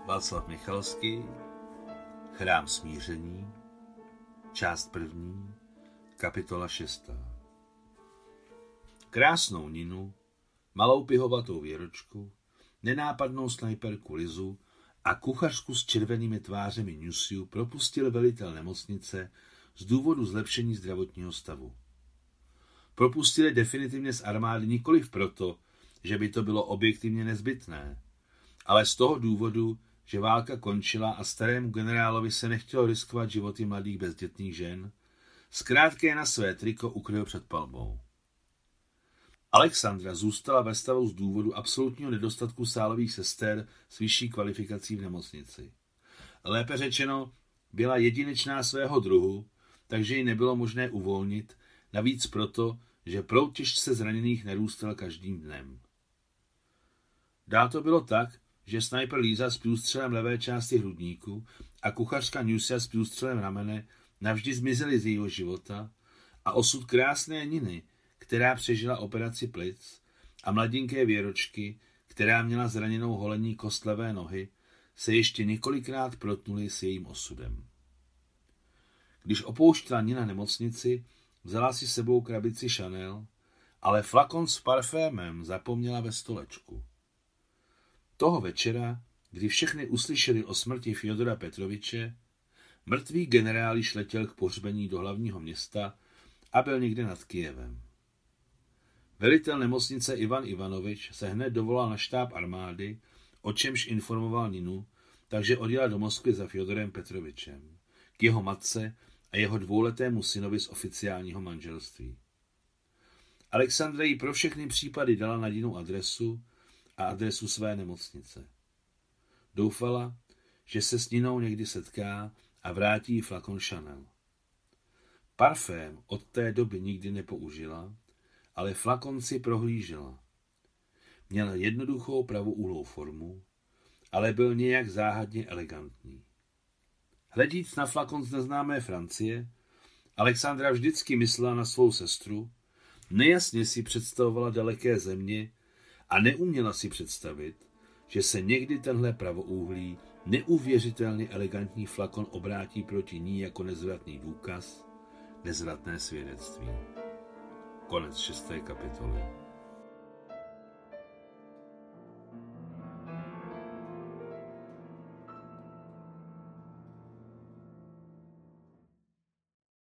Václav Michalský, Chrám smíření, část 1, kapitola 6. Krásnou Ninu, malou pihovatou Věročku, nenápadnou snajperku Lizu a kuchařku s červenými tvářemi Nusiu propustil velitel nemocnice z důvodu zlepšení zdravotního stavu. Propustili definitivně z armády nikoliv proto, že by to bylo objektivně nezbytné, ale z toho důvodu, že válka končila a starému generálovi se nechtělo riskovat životy mladých bezdětných žen, zkrátka je na své triko ukryl před palbou. Alexandra zůstala ve stavu z důvodu absolutního nedostatku sálových sester s vyšší kvalifikací v nemocnici. Lépe řečeno, byla jedinečná svého druhu, takže ji nebylo možné uvolnit, navíc proto, že proud těžce zraněných narůstal každým dnem. Dál to bylo tak, že snajper Líza s průstřelem levé části hrudníku a kuchařka Nusia s průstřelem ramene navždy zmizely z jejího života a osud krásné Niny, která přežila operaci plic, a mladinké Věročky, která měla zraněnou holení kost levé nohy, se ještě několikrát protnuly s jejím osudem. Když opouštěla Nina nemocnici, vzala si sebou krabici Chanel, ale flakon s parfémem zapomněla ve stolečku. Toho večera, kdy všechny uslyšeli o smrti Fjodora Petroviče, mrtvý generál již letěl k pohřbení do hlavního města a byl někde nad Kyjevem. Velitel nemocnice Ivan Ivanovič se hned dovolal na štáb armády, o čemž informoval Ninu, takže odjela do Moskvy za Fjodorem Petrovičem, k jeho matce a jeho dvouletému synovi z oficiálního manželství. Alexandra jí pro všechny případy dala na Ninu adresu a adresu své nemocnice. Doufala, že se s Ninou někdy setká a vrátí jí flakon Chanel. Parfém od té doby nikdy nepoužila, ale flakon si prohlížela. Měl jednoduchou pravoúhlou formu, ale byl nějak záhadně elegantní. Hledíc na flakon z neznámé Francie, Alexandra vždycky myslela na svou sestru, nejasně si představovala daleké země a neuměla si představit, že se někdy tenhle pravoúhlý, neuvěřitelně elegantní flakon obrátí proti ní jako nezvratný důkaz, nezvratné svědectví. Konec 6. kapitoly.